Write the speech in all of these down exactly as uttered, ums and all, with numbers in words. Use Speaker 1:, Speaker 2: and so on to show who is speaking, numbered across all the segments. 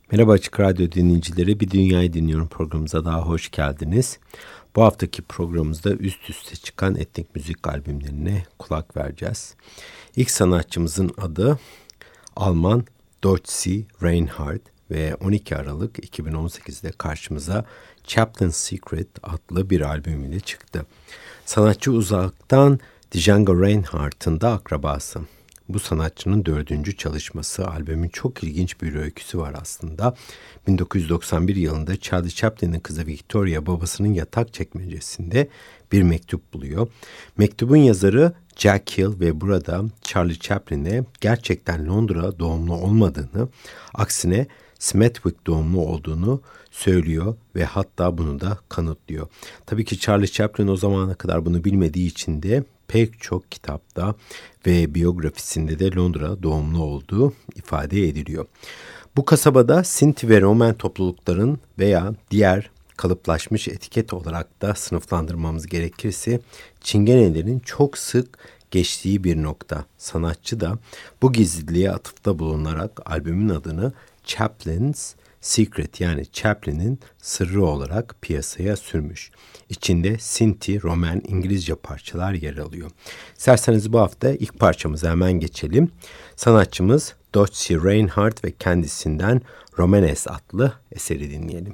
Speaker 1: Merhaba Açık Radyo dinleyicileri, Bir Dünyayı Dinliyorum programımıza daha hoş geldiniz. Bu haftaki programımızda üst üste çıkan etnik müzik albümlerine kulak vereceğiz. İlk sanatçımızın adı Alman Dotsie Reinhardt ve on iki Aralık iki bin on sekizde karşımıza Chaplin's Secret adlı bir albüm ile çıktı. Sanatçı uzaktan Django Reinhardt'ın da akrabası. Bu sanatçının dördüncü çalışması, albümün çok ilginç bir öyküsü var aslında. bin dokuz yüz doksan bir yılında Charlie Chaplin'in kızı Victoria babasının yatak çekmecesinde bir mektup buluyor. Mektubun yazarı Jack Hill ve burada Charlie Chaplin'e gerçekten Londra doğumlu olmadığını, aksine Smethwick doğumlu olduğunu söylüyor ve hatta bunu da kanıtlıyor. Tabii ki Charlie Chaplin o zamana kadar bunu bilmediği için de pek çok kitapta ve biyografisinde de Londra doğumlu olduğu ifade ediliyor. Bu kasabada Sinti ve Roman toplulukların veya diğer kalıplaşmış etiket olarak da sınıflandırmamız gerekirse Çingenelerin çok sık geçtiği bir nokta. Sanatçı da bu gizliliğe atıfta bulunarak albümün adını Chaplin's Secret yani Chaplin'in sırrı olarak piyasaya sürmüş. İçinde Sinti, Roman, İngilizce parçalar yer alıyor. İsterseniz bu hafta ilk parçamıza hemen geçelim. Sanatçımız Dotsie Reinhardt ve kendisinden Romanes adlı eseri dinleyelim.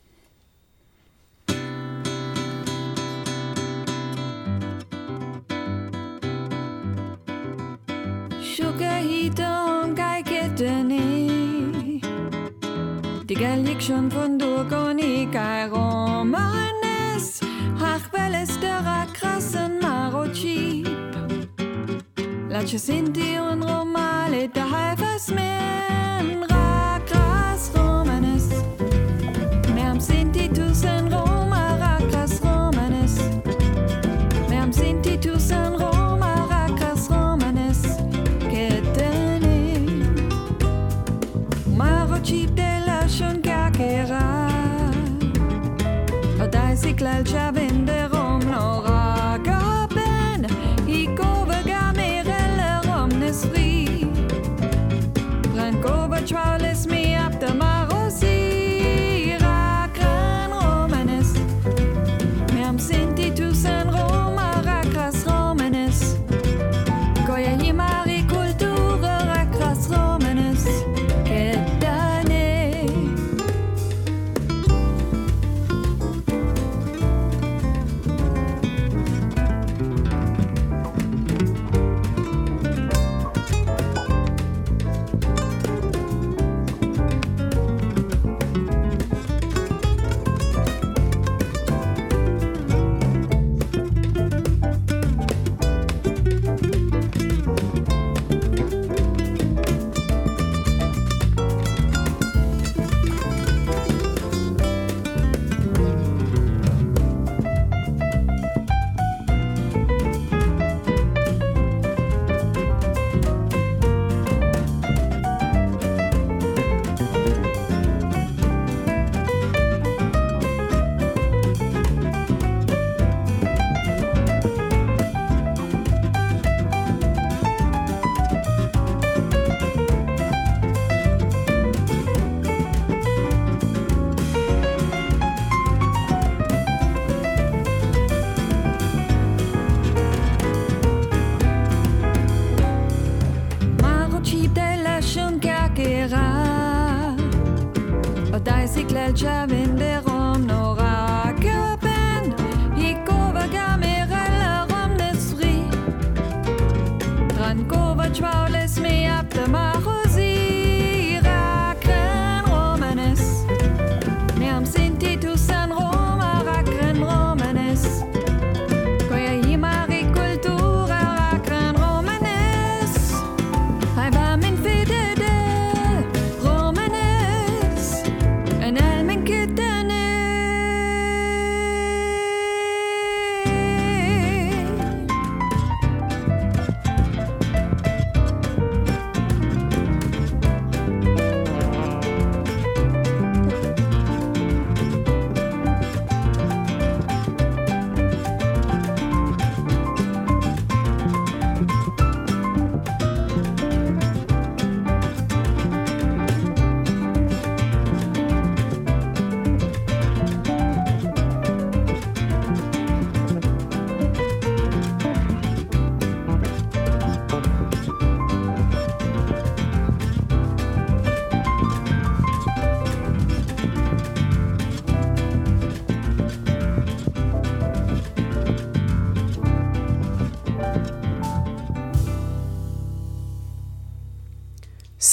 Speaker 2: Die Geld schon von Durgonika Romanes, ach, weil es der krassen Marochip. Latsche Sinti und Romale, der Haifers men, Rakras Romanes. Merm Sinti tusen Roma, Rakras Romanes. Merm Sinti tusen Roma, Rakras Romanes. Ketene, Marochip de schon kakera Odai si klalcha vende rom no ragaben Iko vega merelle rom nesri Branko vachwales mi ab de marosi Rakran romanes Merm sinti tusen roma rakras romanes Goya himari kultura rakras romanes Siklalcha vende rom no ragaben Iko vega merelle rom nesri Ranko vachwales me ab de marosi Rakren romanes Merm sinti tusan roma rakren romanes Koya himari kultura rakren romanes Hai va min fedede romanes En elmen kitene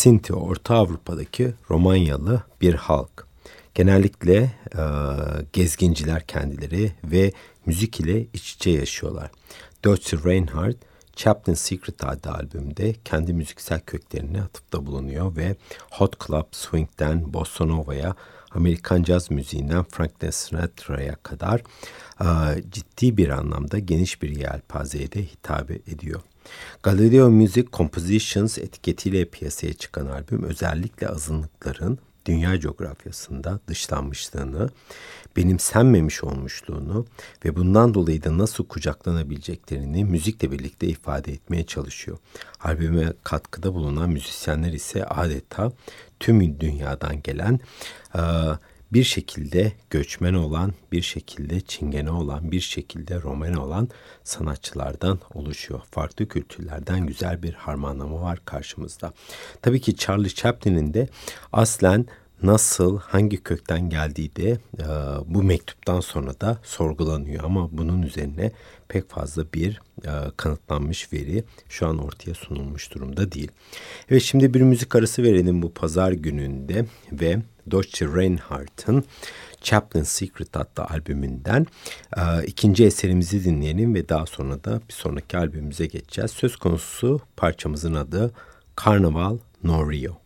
Speaker 1: Sinti, Orta Avrupa'daki Romanyalı bir halk. Genellikle e, gezginciler kendileri ve müzik ile iç içe yaşıyorlar. Deutsche Reinhardt, Chaplin Secret adlı albümde kendi müziksel köklerine atıfta bulunuyor ve Hot Club Swing'den Bossa Nova'ya, Amerikan caz müziğinden Frank Sinatra'ya kadar e, ciddi bir anlamda geniş bir yelpazeye de hitap ediyor. Galileo Music Compositions etiketiyle piyasaya çıkan albüm özellikle azınlıkların dünya coğrafyasında dışlanmışlığını, benimsenmemiş olmuşluğunu ve bundan dolayı da nasıl kucaklanabileceklerini müzikle birlikte ifade etmeye çalışıyor. Albüme katkıda bulunan müzisyenler ise adeta tüm dünyadan gelen, bir şekilde göçmen olan, bir şekilde Çingene olan, bir şekilde Roman olan sanatçılardan oluşuyor. Farklı kültürlerden güzel bir harmanlama var karşımızda. Tabii ki Charlie Chaplin'in de aslen nasıl, hangi kökten geldiği de e, bu mektuptan sonra da sorgulanıyor. Ama bunun üzerine pek fazla bir e, kanıtlanmış veri şu an ortaya sunulmuş durumda değil. Evet, şimdi bir müzik arası verelim bu pazar gününde ve Deutsche Reinhardt'ın Chaplin Secret adlı albümünden e, ikinci eserimizi dinleyelim ve daha sonra da bir sonraki albümümüze geçeceğiz. Söz konusu parçamızın adı Carnaval No Rio.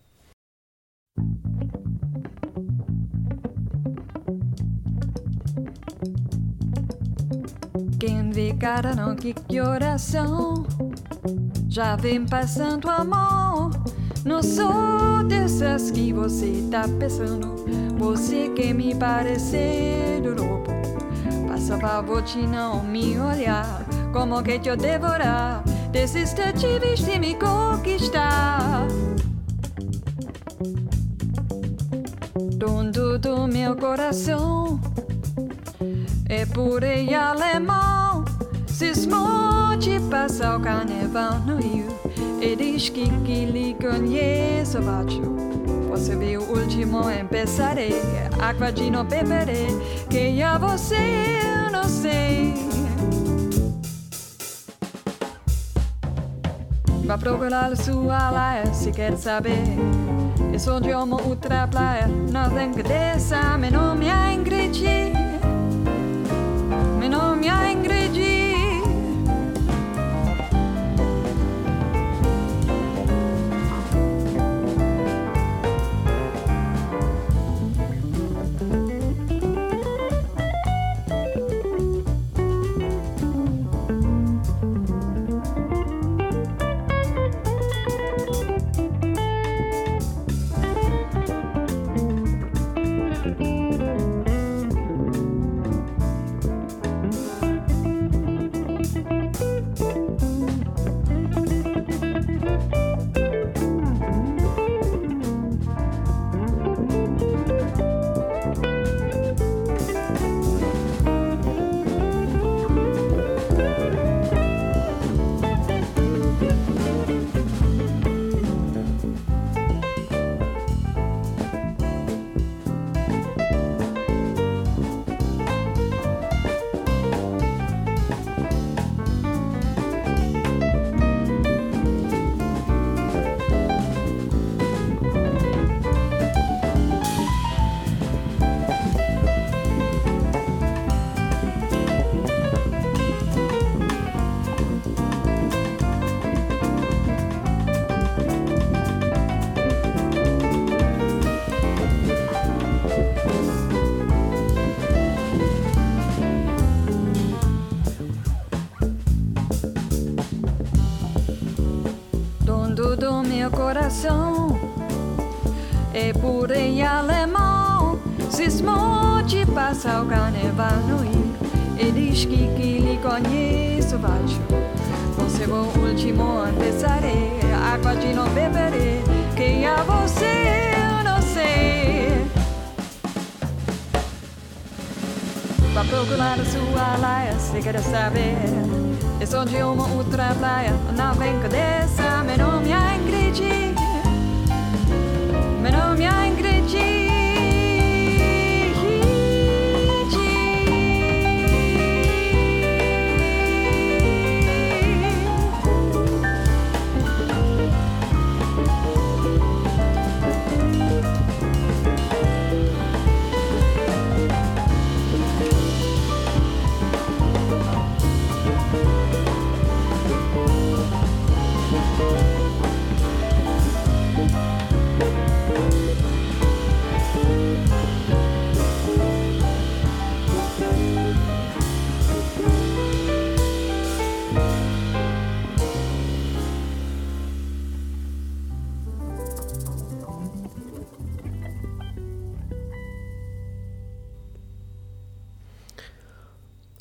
Speaker 2: Quem vê cara não que oração já vem passando a mão. Não sou dessas que você tá pensando. Você quer me parecer louco. Passa favor de não me olhar. Como que te devorar? Desista de vestir me conquistar. Dono do meu coração é puro e alemão. Cismou de passar o carnaval no Rio. E diz que, que lhe conheço, baixo. Você vê o último empezarei. Água de não beberei. Quem é você, eu não sei. Vá procurar sua laia se quer saber. Eu sou de uma outra praia. Não tem que descer. Meu nome é Ingrid. Meu nome é Ingrid. Do meu coração é puro em alemão. Cismou de passar o carnaval no Rio. E diz que, que lhe conheço baixo. Você é o último empezarei. Água de não beberei. Quem é você, eu não sei. Vá procurar a sua laia se quer saber. Eu sou de uma outra praia. Não vem que desça. Meu nome é Ingrid. Meu nome é Ingrid.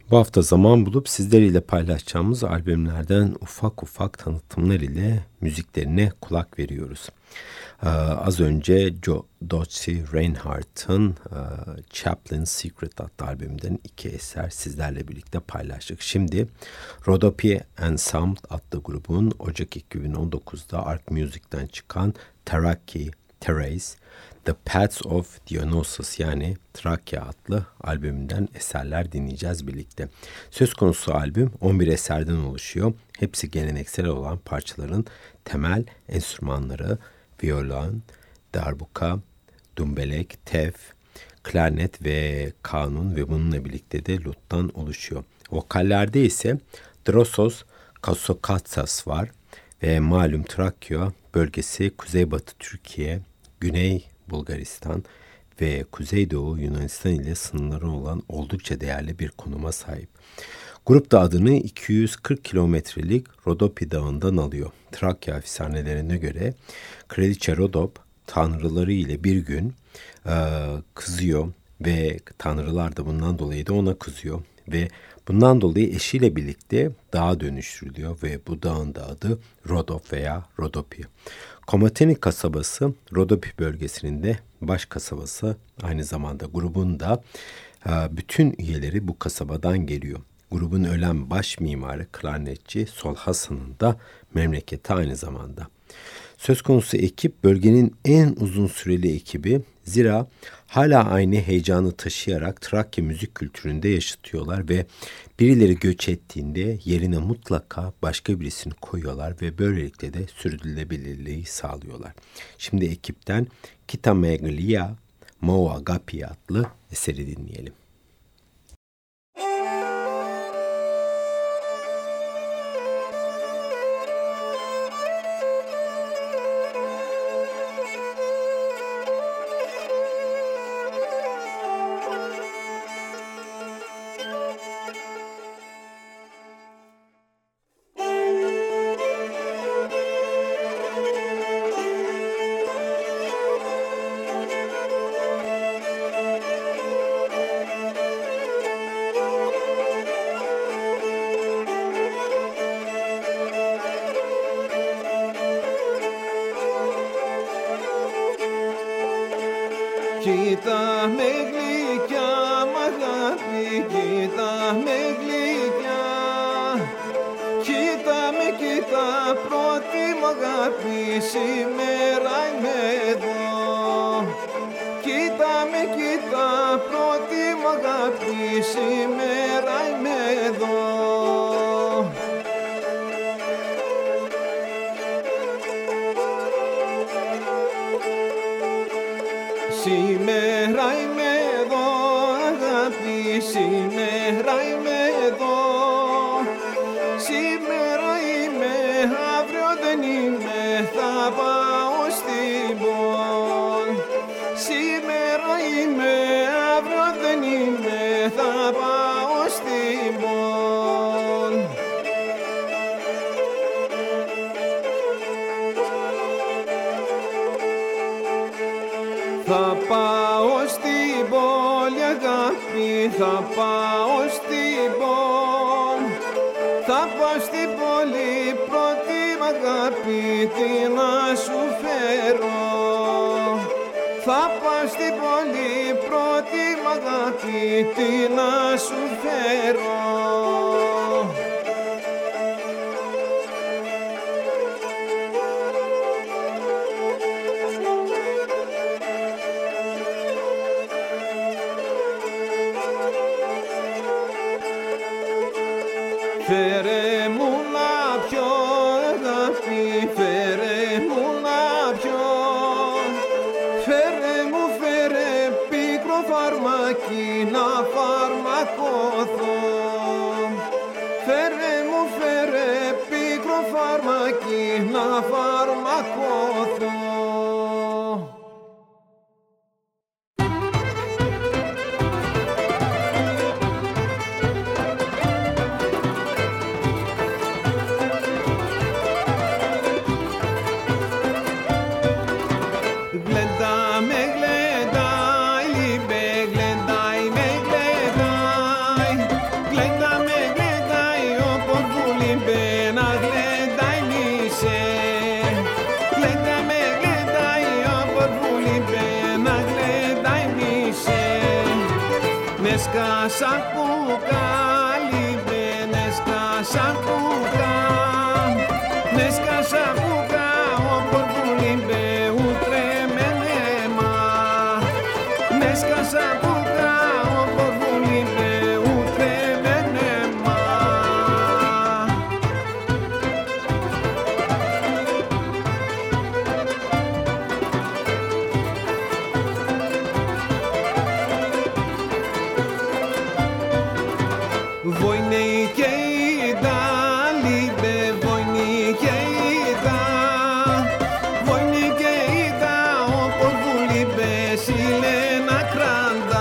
Speaker 1: Bu hafta zaman bulup sizleriyle paylaşacağımız albümlerden ufak ufak tanıtımlar ile müziklerine kulak veriyoruz. Ee, az önce Joe Dorsey Reinhardt'ın e, Chaplin's Secret adlı albümünden iki eser sizlerle birlikte paylaştık. Şimdi Rodopy Ensemble adlı grubun Ocak iki bin on dokuzda Ark Music'ten çıkan Taraki Terrace, The Paths of Dionysus yani Trakya adlı albümünden eserler dinleyeceğiz birlikte. Söz konusu albüm on bir eserden oluşuyor. Hepsi geleneksel olan parçaların temel enstrümanları violon, darbuka, dumbelek, tef, klarnet ve kanun ve bununla birlikte de luttan oluşuyor. Vokallerde ise Drosos Kasokatsas var ve malum Trakya bölgesi Kuzeybatı Türkiye, Güney Bulgaristan ve Kuzeydoğu Yunanistan ile sınırları olan oldukça değerli bir konuma sahip. Grup da adını iki yüz kırk kilometrelik Rodopy Dağı'ndan alıyor. Trakya efsanelerine göre Kraliçe Rodop tanrıları ile bir gün e, kızıyor ve tanrılar da bundan dolayı da ona kızıyor ve bundan dolayı eşiyle birlikte dağa dönüştürülüyor ve bu dağın da adı Rodop veya Rodopy. Komateni kasabası Rodopy bölgesinin de baş kasabası, aynı zamanda grubun da e, bütün üyeleri bu kasabadan geliyor. Grubun ölen baş mimarı klarnetçi Sol Hasan'ın da memleketi aynı zamanda. Söz konusu ekip bölgenin en uzun süreli ekibi, zira hala aynı heyecanı taşıyarak Trakya müzik kültüründe yaşatıyorlar ve birileri göç ettiğinde yerine mutlaka başka birisini koyuyorlar ve böylelikle de sürdürülebilirliği sağlıyorlar. Şimdi ekipten Kita Meglia Mo Agapi adlı eseri dinleyelim.
Speaker 3: Κοίτα με γλυκιά μ' αγάπη, κοίτα με γλυκιά. Κοίτα με, κοίτα πρώτη μ' αγάπη, σήμερα είμαι εδώ. Κοίτα με, κοίτα πρώτη μ' αγάπη, σήμερα είμαι εδώ. Σήμερα είμαι εδώ, αγάπη, σήμερα είμαι εδώ. Σήμερα είμαι, αύριο δεν είμαι, θα πάω στην πόλη. Σήμερα είμαι, αύριο δεν είμαι, θα πάω στην πόλη. Θα πάω στην πόλη, αγάπη, θα πάω στην πόλη. Θα πάω στην πόλη, πρώτη μ' αγάπη, τι να σου φέρω. Θα πάω στην πόλη, πρώτη μ' αγάπη, τι να σου φέρω. Φέρε μου να πιω, αγάπη, φέρε μου να πιω. Φέρε μου, φέρε πίκρο φαρμάκι να φαρμακωθώ. Φέρε μου, φέρε πίκρο φαρμάκι να φαρμακωθώ. Glenda Nesca sapuca, libe nesca sapuca, nesca sapuca, o porco libe utremenema, nesca sapuca, o porco libe utremenema. Vojnikeida, libe vojnikeida, vojnikeida, o porcu libe silena kranda,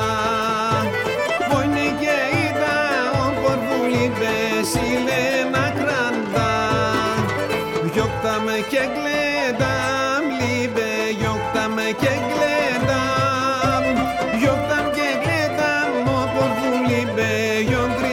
Speaker 3: vojnikeida, o porcu libe silena kranda, yoktam ke gledam, libe yoktam ke gledam, yoktam ke gledam, o porcu libe yondri.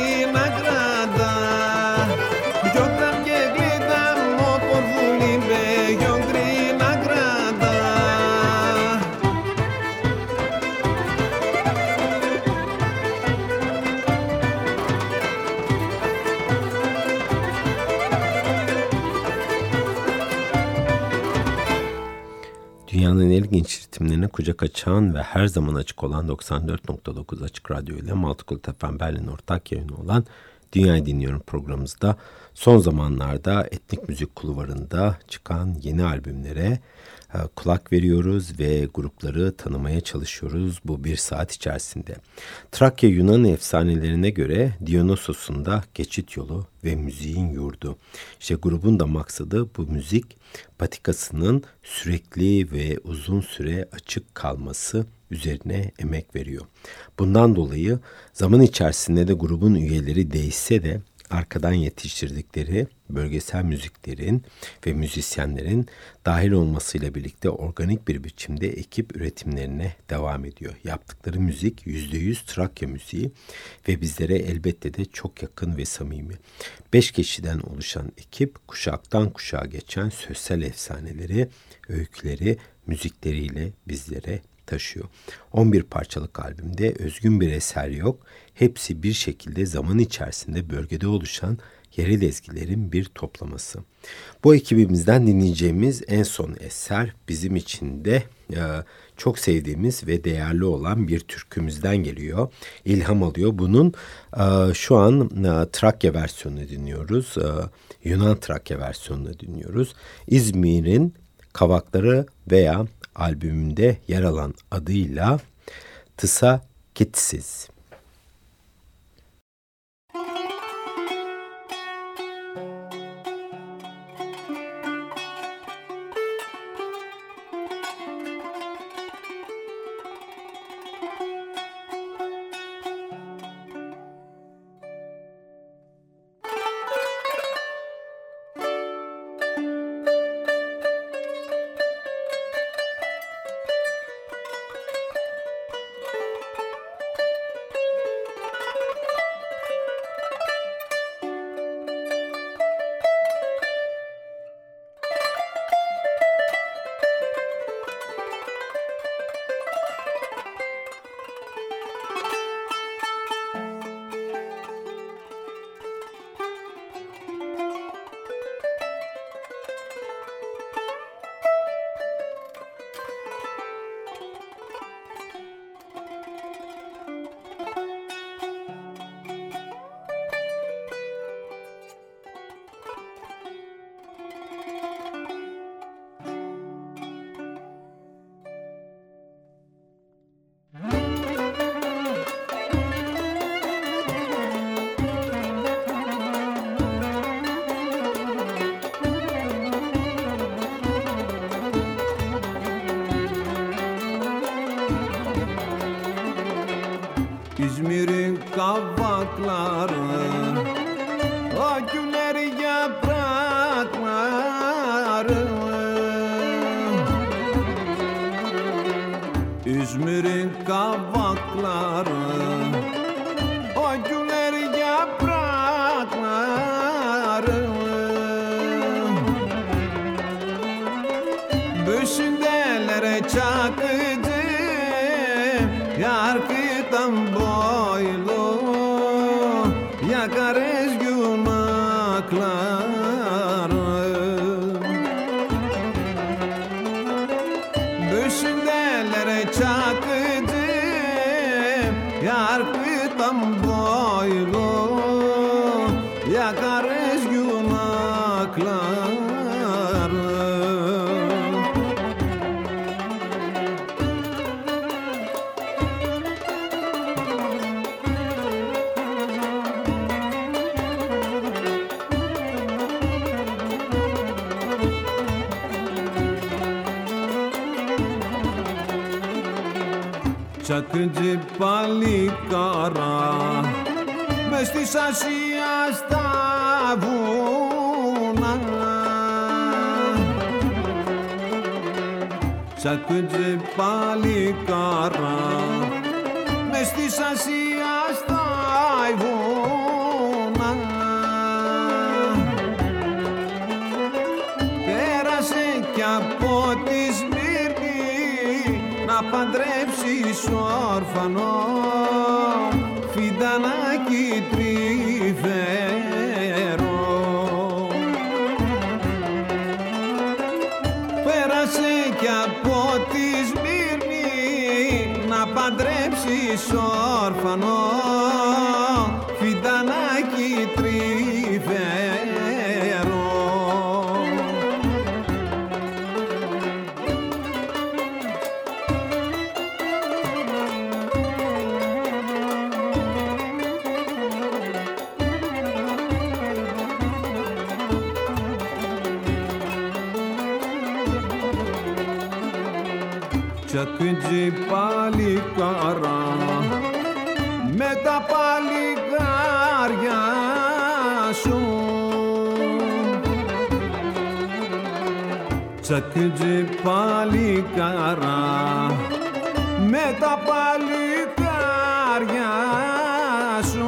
Speaker 1: Dünyanın en ilginç ritimlerine kucak açan ve her zaman açık olan doksan dört nokta dokuz Açık Radyo ile Multicult F M Berlin ortak yayını olan Dünyayı Dinliyorum programımızda son zamanlarda etnik müzik kulvarında çıkan yeni albümlere kulak veriyoruz ve grupları tanımaya çalışıyoruz bu bir saat içerisinde. Trakya Yunan efsanelerine göre Dionysos'un da geçit yolu ve müziğin yurdu. İşte grubun da maksadı bu müzik patikasının sürekli ve uzun süre açık kalması üzerine emek veriyor. Bundan dolayı zaman içerisinde de grubun üyeleri değişse de arkadan yetiştirdikleri bölgesel müziklerin ve müzisyenlerin dahil olmasıyla birlikte organik bir biçimde ekip üretimlerine devam ediyor. Yaptıkları müzik yüzde yüz Trakya müziği ve bizlere elbette de çok yakın ve samimi. Beş kişiden oluşan ekip kuşaktan kuşağa geçen sözsel efsaneleri, öyküleri, müzikleriyle bizlere taşıyor. on bir parçalık albümde özgün bir eser yok. Hepsi bir şekilde zaman içerisinde bölgede oluşan yerel ezgilerin bir toplaması. Bu ekibimizden dinleyeceğimiz en son eser bizim için de e, çok sevdiğimiz ve değerli olan bir türkümüzden geliyor. İlham alıyor. Bunun e, şu an e, Trakya versiyonunu dinliyoruz. E, Yunan Trakya versiyonunu dinliyoruz. İzmir'in Kavakları veya albümünde yer alan adıyla Tısa Kitsiz. İzmir'in kavakları, o güler yaprakları. İzmir'in kavakları, o güler yaprakları. Büsündelere çakıcı, yar
Speaker 3: tamboilo ya carez günaklar Düşündelere çakıcım yar tamboilo ya carez günaklar Çakıcı παλικάρα μες της Ασίας στα βουνά Çakıcı παλικάρα μες της Ασίας στα βουνά Πέρασε κι από τη Σμύρνη να παντρέψεις όρφανο φιντανάκι τρυφερό Πέρασε κι από τη Σμύρνη να παντρέψεις όρφανο φιντανάκι τρυφερό Τσακίτζι παλικάρα με τα παλικάρια σου Τσακίτζι παλικάρα με τα παλικάρια σου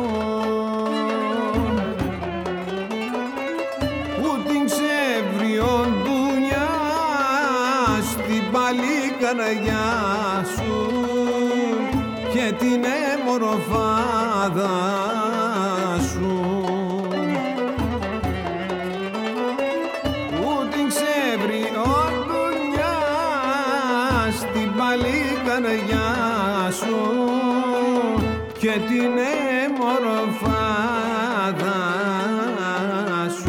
Speaker 3: που την ξεβριών δουλειά στην παλικαριά σου και την εμορφάδα σου που την ξεβριών δουλειά στην παλικαριά σου και την εμορφάδα σου.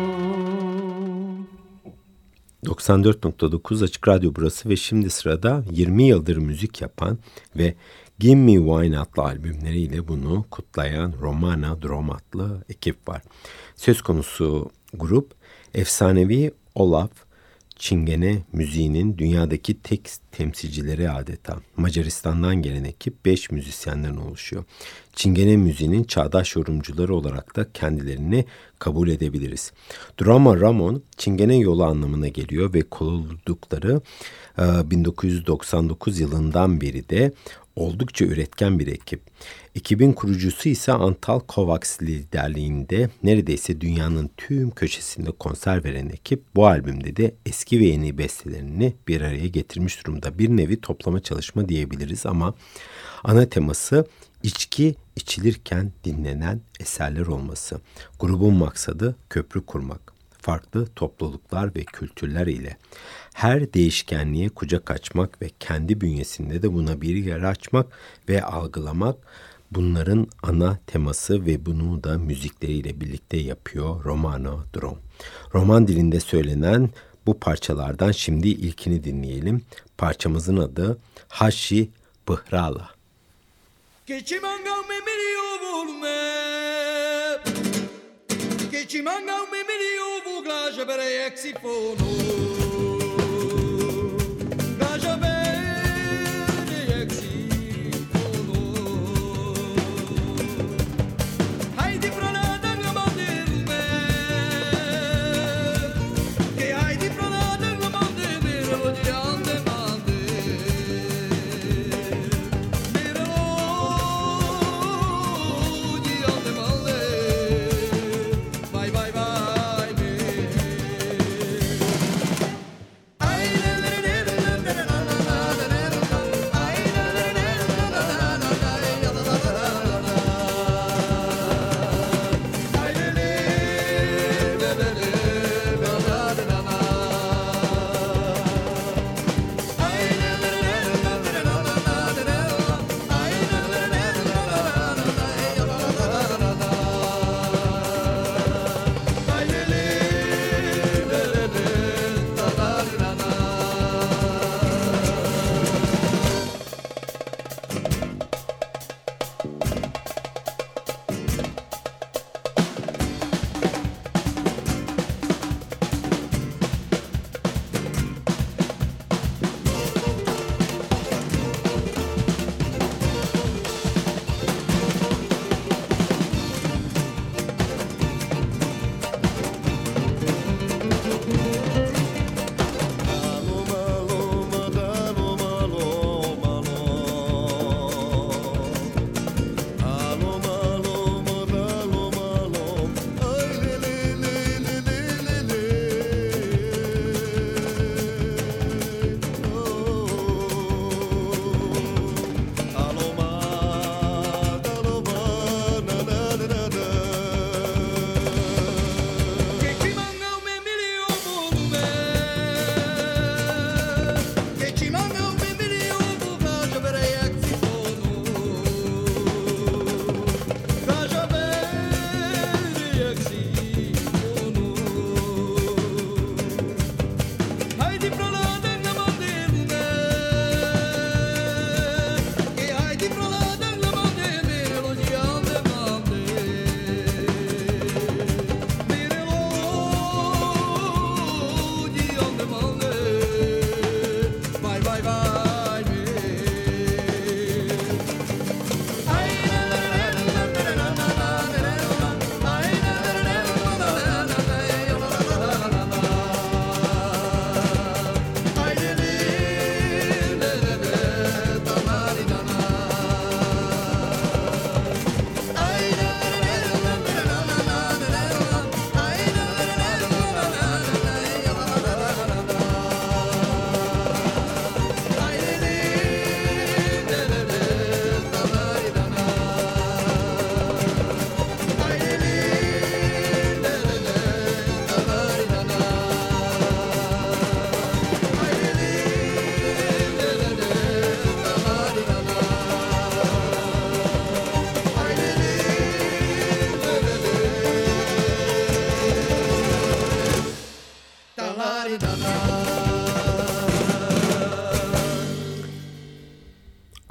Speaker 1: doksan dört nokta dokuz Açık Radyo burası ve şimdi sırada yirmi yıldır müzik yapan ve Give Me Wine adlı albümleriyle bunu kutlayan Romana Drom adlı ekip var. Söz konusu grup efsanevi Olaf Çingene müziğinin dünyadaki tek temsilcileri adeta. Macaristan'dan gelen ekip beş müzisyenden oluşuyor. Çingene müziğinin çağdaş yorumcuları olarak da kendilerini kabul edebiliriz. Drama Ramon, Çingene yolu anlamına geliyor ve kuruldukları bin dokuz yüz doksan dokuz yılından beri de oldukça üretken bir ekip. Ekibin kurucusu ise Antal Kovacs liderliğinde neredeyse dünyanın tüm köşesinde konser veren ekip bu albümde de eski ve yeni bestelerini bir araya getirmiş durumda. Bir nevi toplama çalışma diyebiliriz ama ana teması içki içilirken dinlenen eserler olması. Grubun maksadı köprü kurmak. Farklı topluluklar ve kültürler ile her değişkenliğe kucak açmak ve kendi bünyesinde de buna bir yer açmak ve algılamak bunların ana teması ve bunu da müzikleriyle birlikte yapıyor Romana Drom. Roman dilinde söylenen bu parçalardan şimdi ilkini dinleyelim. Parçamızın adı Hashi Bıhrala.
Speaker 4: Ci manca un milione di glace per exifono glace per exifono hai di pronata la madre che hai di pronata la madre mira lo di ande mande mira lo di ande mande Bye bye bye.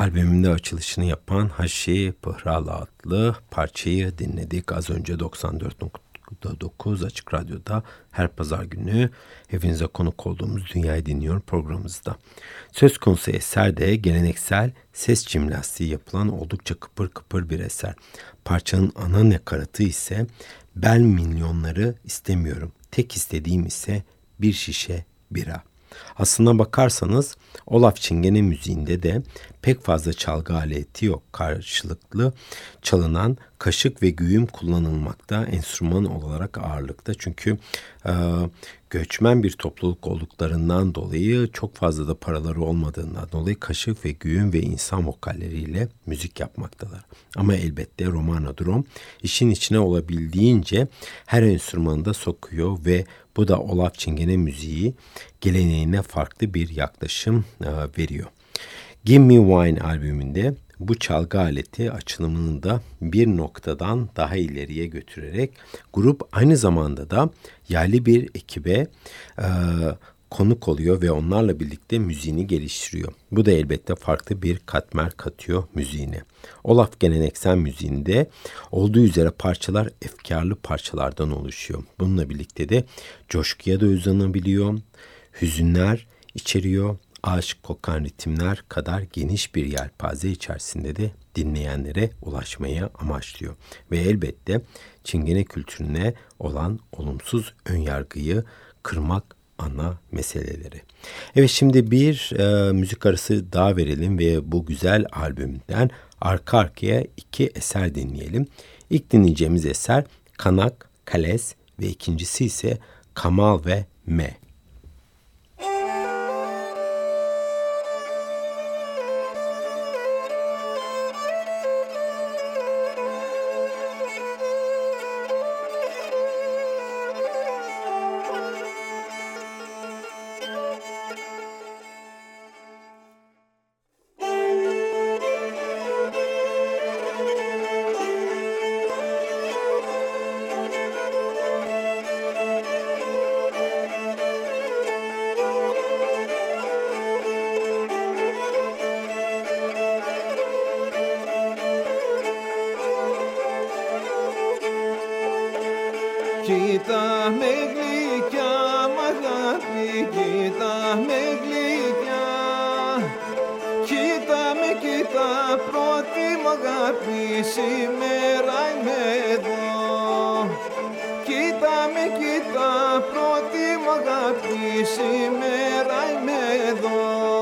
Speaker 1: Albümünde açılışını yapan Haşi Pıhral adlı parçayı dinledik. Az önce doksan dört nokta dokuz Açık Radyo'da her pazar günü hepinize konuk olduğumuz Dünyayı Dinliyorum programımızda. Söz konusu eser de geleneksel ses jimnastiği yapılan oldukça kıpır kıpır bir eser. Parçanın ana nakaratı ise "Ben milyonları istemiyorum. Tek istediğim ise bir şişe bira." Aslına bakarsanız Olaf Çingene müziğinde de pek fazla çalgı aleti yok. Karşılıklı çalınan kaşık ve güğüm kullanılmakta, enstrüman olarak ağırlıkta. Çünkü e, göçmen bir topluluk olduklarından dolayı, çok fazla da paraları olmadığından dolayı kaşık ve güğüm ve insan vokalleriyle müzik yapmaktalar. Ama elbette Romanodrom işin içine olabildiğince her enstrümanı da sokuyor ve bu da Olaf Çingene müziği geleneğine farklı bir yaklaşım e, veriyor. Give Me Wine albümünde bu çalgı aleti açılımını da bir noktadan daha ileriye götürerek grup aynı zamanda da yerli bir ekibe e, konuk oluyor ve onlarla birlikte müziğini geliştiriyor. Bu da elbette farklı bir katmer katıyor müziğine. Olaf geleneksel müziğinde olduğu üzere parçalar efkarlı parçalardan oluşuyor. Bununla birlikte de coşkuya da uzanabiliyor, hüzünler içeriyor, aşk kokan ritimler kadar geniş bir yelpaze içerisinde de dinleyenlere ulaşmaya amaçlıyor. Ve elbette Çingene kültürüne olan olumsuz önyargıyı kırmak ana meseleleri. Evet, şimdi bir e, müzik arası daha verelim ve bu güzel albümden arka arkaya iki eser dinleyelim. İlk dinleyeceğimiz eser Kanak, Kales ve ikincisi ise Kamal ve Me.
Speaker 3: Κοίτα με γλυκιά μ' αγάπη, κοίτα με γλυκιά. Κοίτα με, κοίτα πρώτη μ' αγάπη, σήμερα είμαι εδώ. Κοίτα με, κοίτα πρώτη μ' αγάπη, σήμερα είμαι εδώ.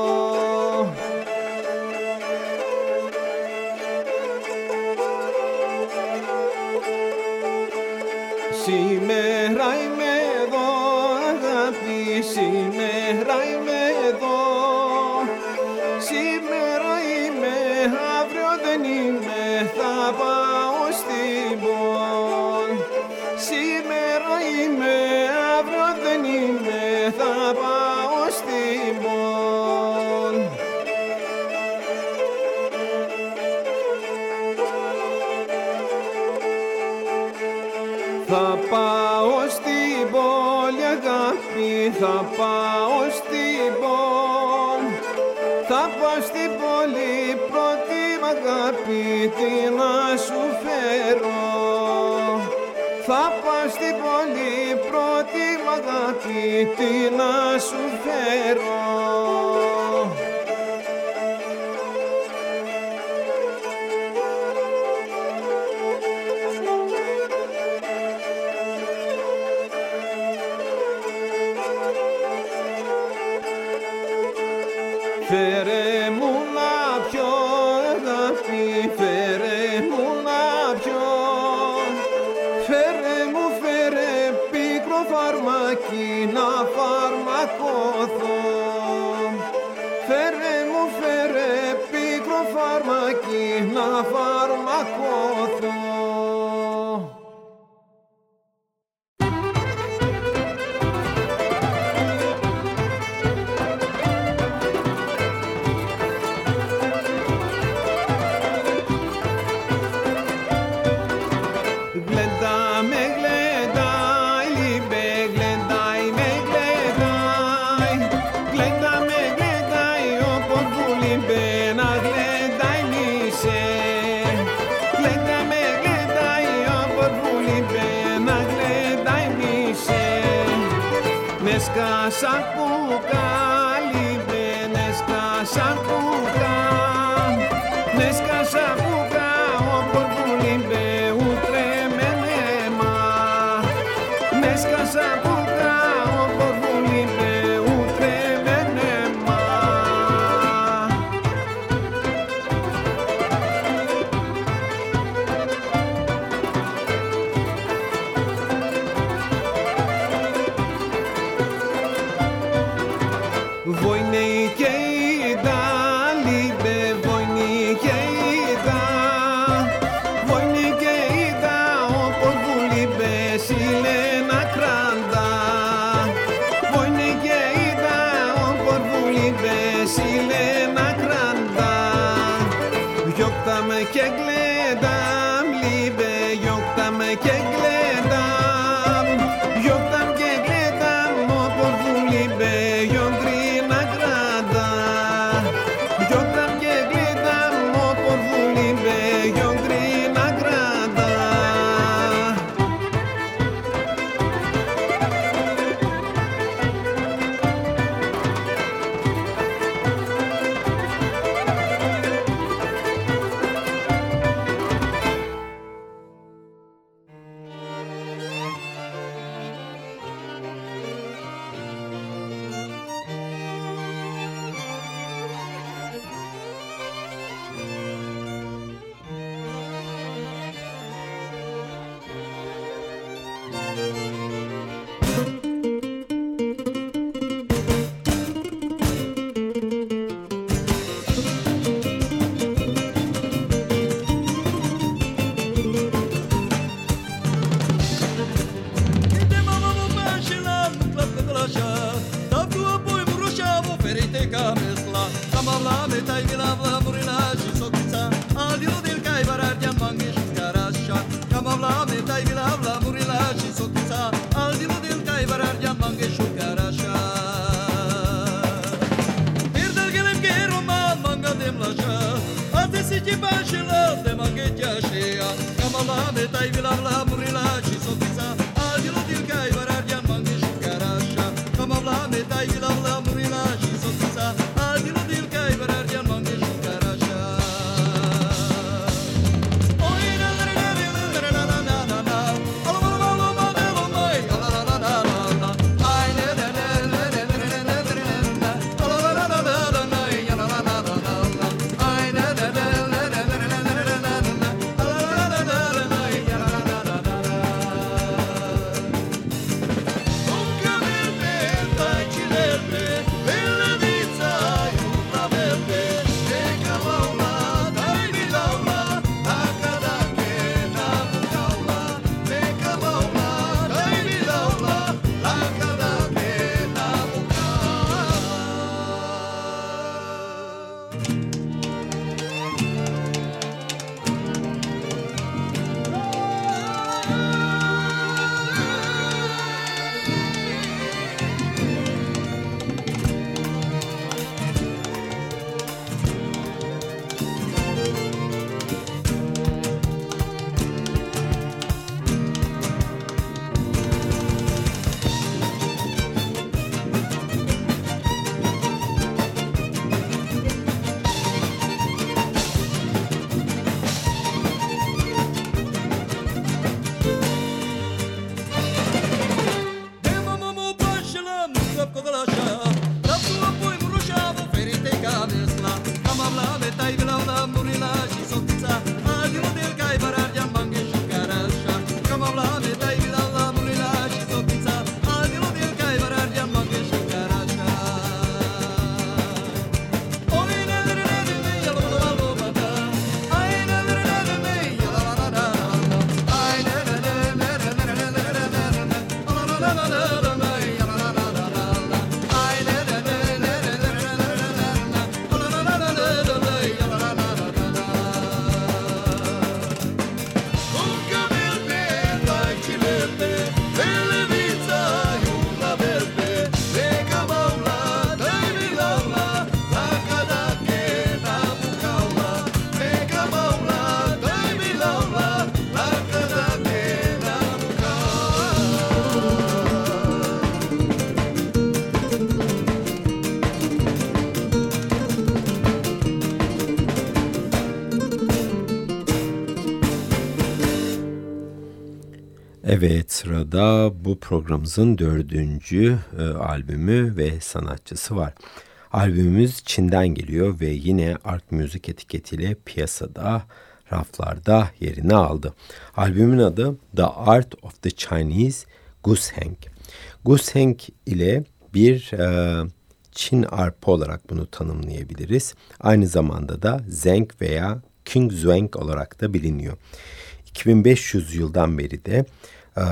Speaker 3: Σήμερα είμαι εδώ, αγάπη, σήμερα είμαι εδώ. Σήμερα είμαι, αύριο δεν είμαι, θα πάω στην πόλ. Σήμερα είμαι, αύριο δεν είμαι, θα πάω στην πόλ. Θα πάω στην πόλη, αγάπη, θα πάω στην πόλη. Θα πάω στην πόλη, πρώτη μ' αγάπη, τι να σου φέρω. Θα πάω στην πόλη, πρώτη μ' αγάπη, τι να σου φέρω. Φέρε μου να πιω, αγάπη, φέρε μου να πιω. Φέρε μου, φέρε πίκρο φαρμάκι να φαρμακωθώ. Φέρε μου, φέρε πίκρο φαρμάκι να φαρμακωθώ. Glenda, Nesca sacuca, libe, nesca sacuca, nesca sacuca, o porbulimbe, utremenema. Nesca sacuca, o porbulimbe, utremenema. Vojnikeida, libe, vojnikeida, vojnikeida, o porbulibe, silena kranda. Vojnikeida, o porbulibe, silena kranda. Joktam και gledam, libe, joktam και gledam, joktam και gledam, o porbulibe, jondrina grada. Joktam και gledam, o porbulibe, jondrina grada.
Speaker 1: Evet, sırada bu programımızın dördüncü e, albümü ve sanatçısı var. Albümümüz Çin'den geliyor ve yine Ark Music etiketiyle piyasada, raflarda yerini aldı. Albümün adı The Art of the Chinese Gusheng. Gusheng ile bir e, Çin arpa olarak bunu tanımlayabiliriz. Aynı zamanda da Zeng veya Qingzhuang olarak da biliniyor. iki bin beş yüz yıldan beri de e,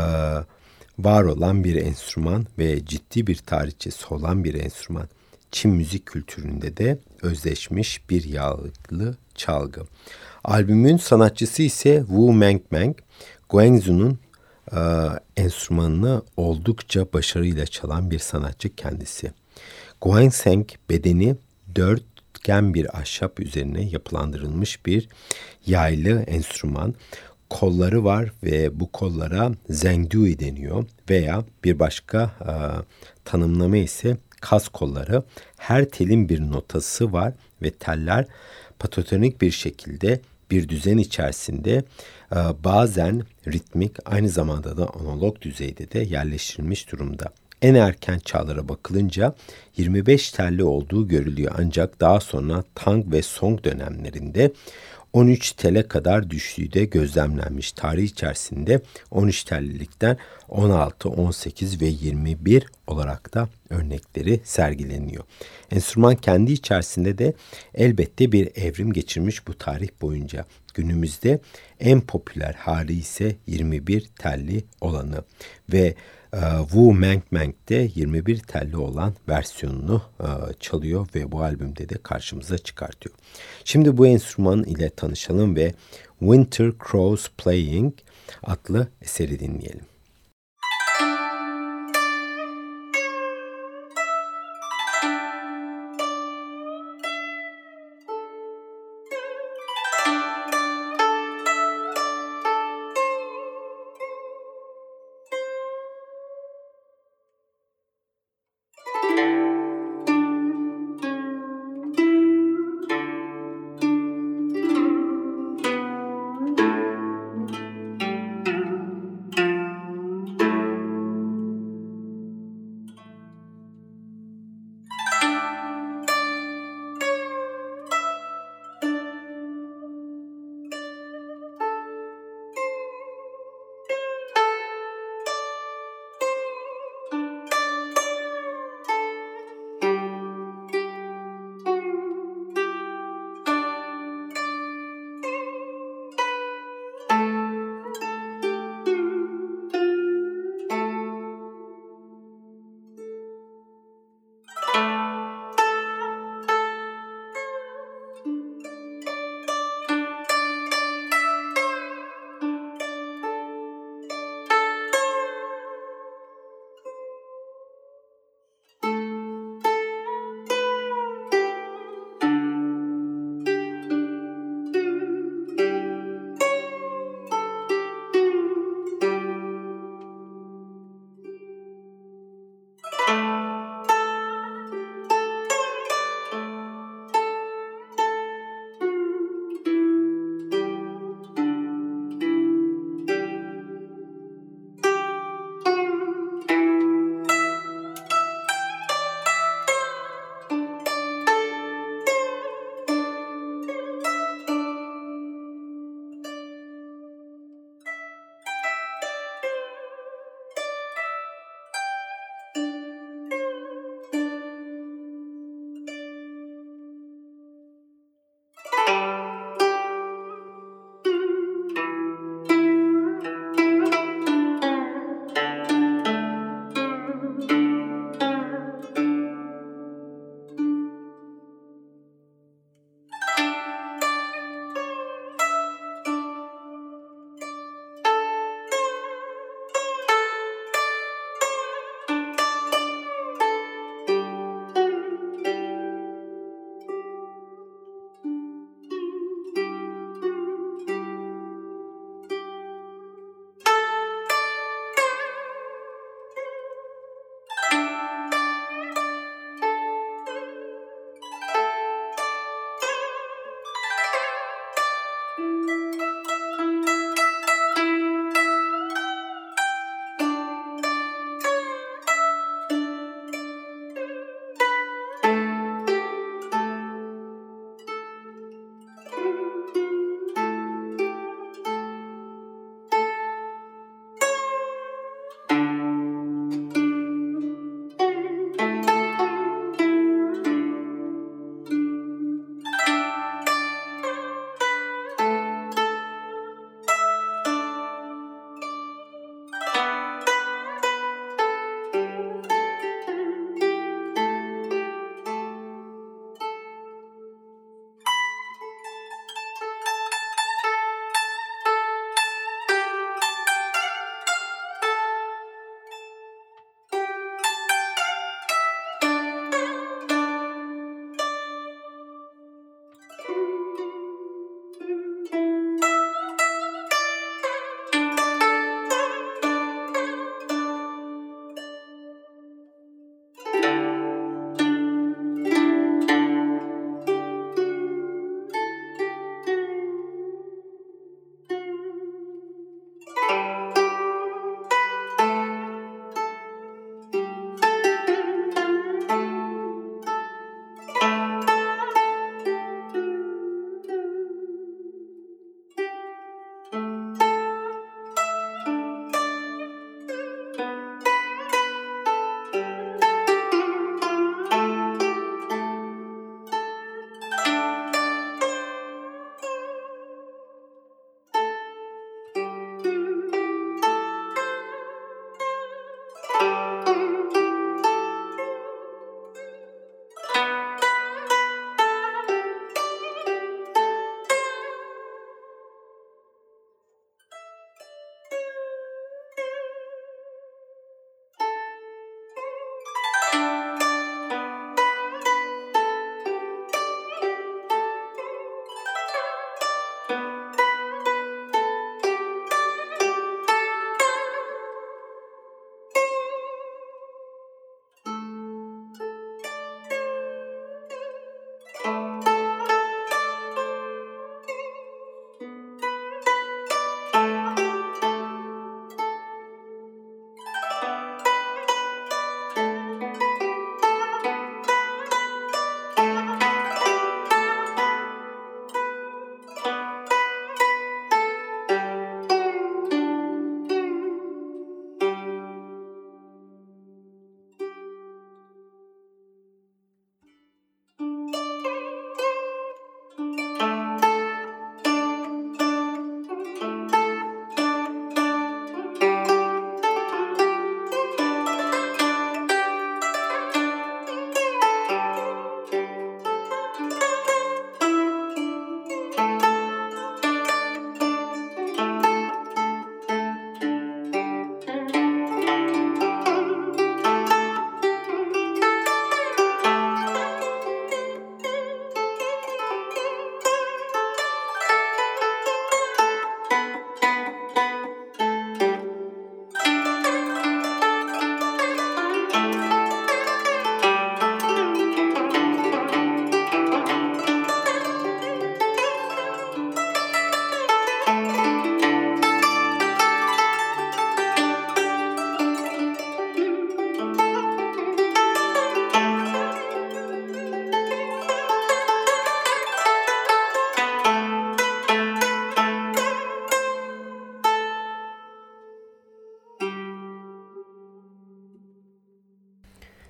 Speaker 1: var olan bir enstrüman ve ciddi bir tarihçesi olan bir enstrüman. Çin müzik kültüründe de özleşmiş bir yağlı çalgı. Albümün sanatçısı ise Wu Mengmeng, Guangzhou'nun e, enstrümanını oldukça başarıyla çalan bir sanatçı kendisi. Guangzheng bedeni dörtgen bir ahşap üzerine yapılandırılmış bir yaylı enstrüman. Kolları var ve bu kollara zhengdui deniyor veya bir başka e, tanımlama ise kas kolları. Her telin bir notası var ve teller patatonik bir şekilde bir düzen içerisinde e, bazen ritmik, aynı zamanda da analog düzeyde de yerleştirilmiş durumda. En erken çağlara bakılınca yirmi beş telli olduğu görülüyor, ancak daha sonra Tang ve Song dönemlerinde on üç tele kadar düştüğü de gözlemlenmiş. Tarih içerisinde on üç tellilikten on altı, on sekiz ve yirmi bir olarak da örnekleri sergileniyor. Enstrüman kendi içerisinde de elbette bir evrim geçirmiş bu tarih boyunca. Günümüzde en popüler hali ise yirmi bir telli olanı ve Wu Mengmeng de yirmi bir telli olan versiyonunu çalıyor ve bu albümde de karşımıza çıkartıyor. Şimdi bu enstrüman ile tanışalım ve Winter Crows Playing adlı eseri dinleyelim.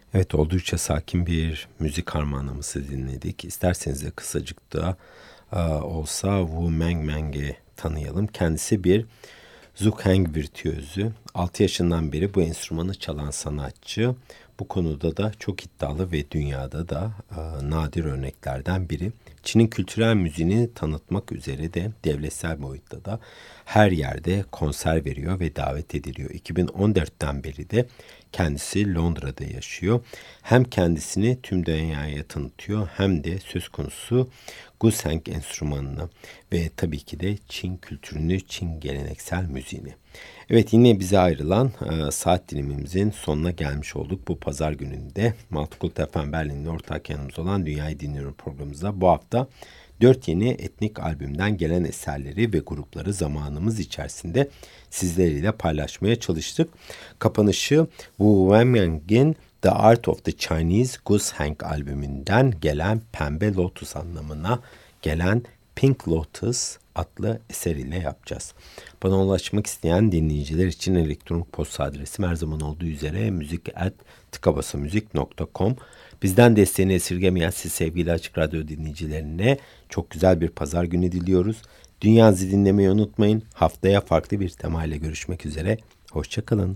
Speaker 1: Evet, oldukça sakin bir müzik harmanlaması dinledik. İsterseniz de kısacık da e, olsa Wu Mengmeng'i tanıyalım. Kendisi bir Zukheng virtüözü. altı yaşından beri bu enstrümanı çalan sanatçı. Bu konuda da çok iddialı ve dünyada da e, nadir örneklerden biri. Çin'in kültürel müziğini tanıtmak üzere de devletsel boyutta da her yerde konser veriyor ve davet ediliyor. iki bin on dörtten beri de kendisi Londra'da yaşıyor. Hem kendisini tüm dünyaya tanıtıyor hem de söz konusu Guzheng enstrümanını ve tabii ki de Çin kültürünü, Çin geleneksel müziğini. Evet, yine bize ayrılan e, saat dilimimizin sonuna gelmiş olduk. Bu pazar gününde Multicult F M Berlin'in ortak yanımız olan Dünyayı Dinliyorum programımızda bu hafta dört yeni etnik albümden gelen eserleri ve grupları zamanımız içerisinde sizleriyle paylaşmaya çalıştık. Kapanışı Wu Wenming'in The Art of the Chinese Guzheng albümünden gelen Pembe Lotus anlamına gelen Pink Lotus adlı eseriyle yapacağız. Bana ulaşmak isteyen dinleyiciler için elektronik posta adresim her zaman olduğu üzere müzik at tıkabasamüzik nokta com. Bizden desteğini esirgemeyen siz sevgili Açık Radyo dinleyicilerine çok güzel bir pazar günü diliyoruz. Dünyayı dinlemeyi unutmayın. Haftaya farklı bir temayla görüşmek üzere. Hoşçakalın.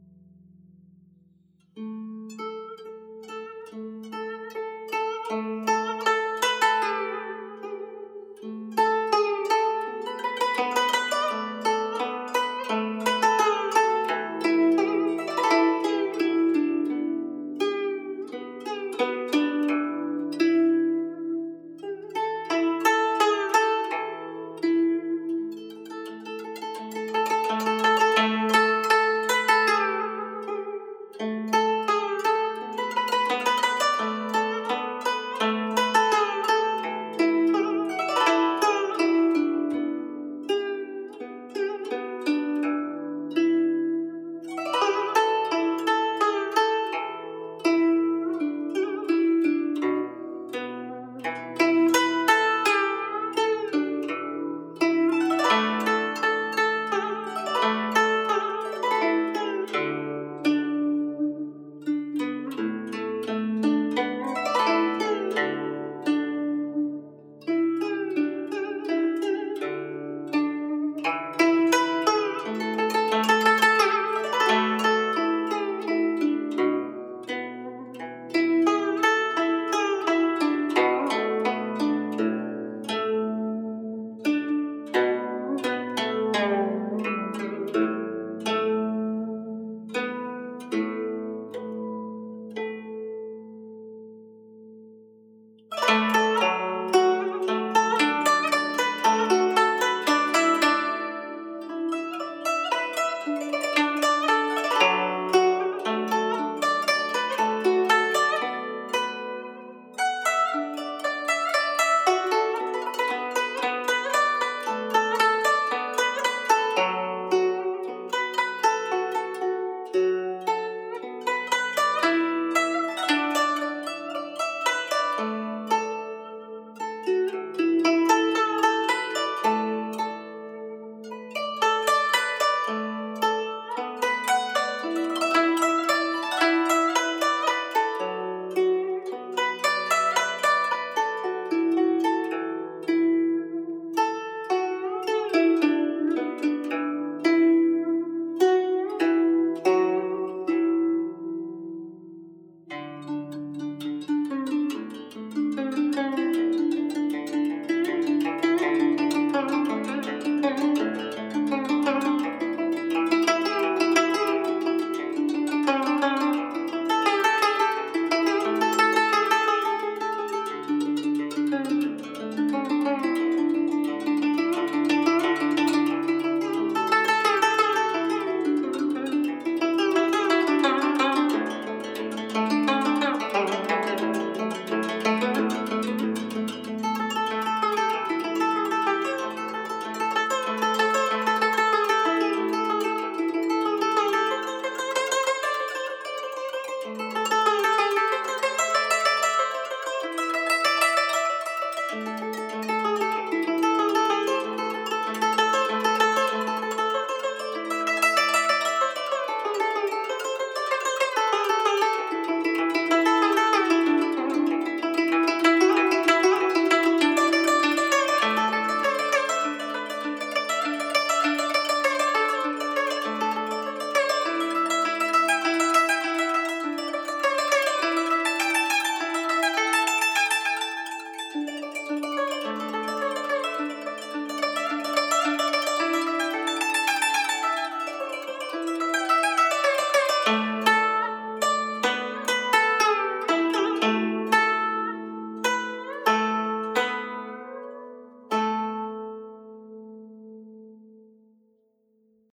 Speaker 2: Thank you.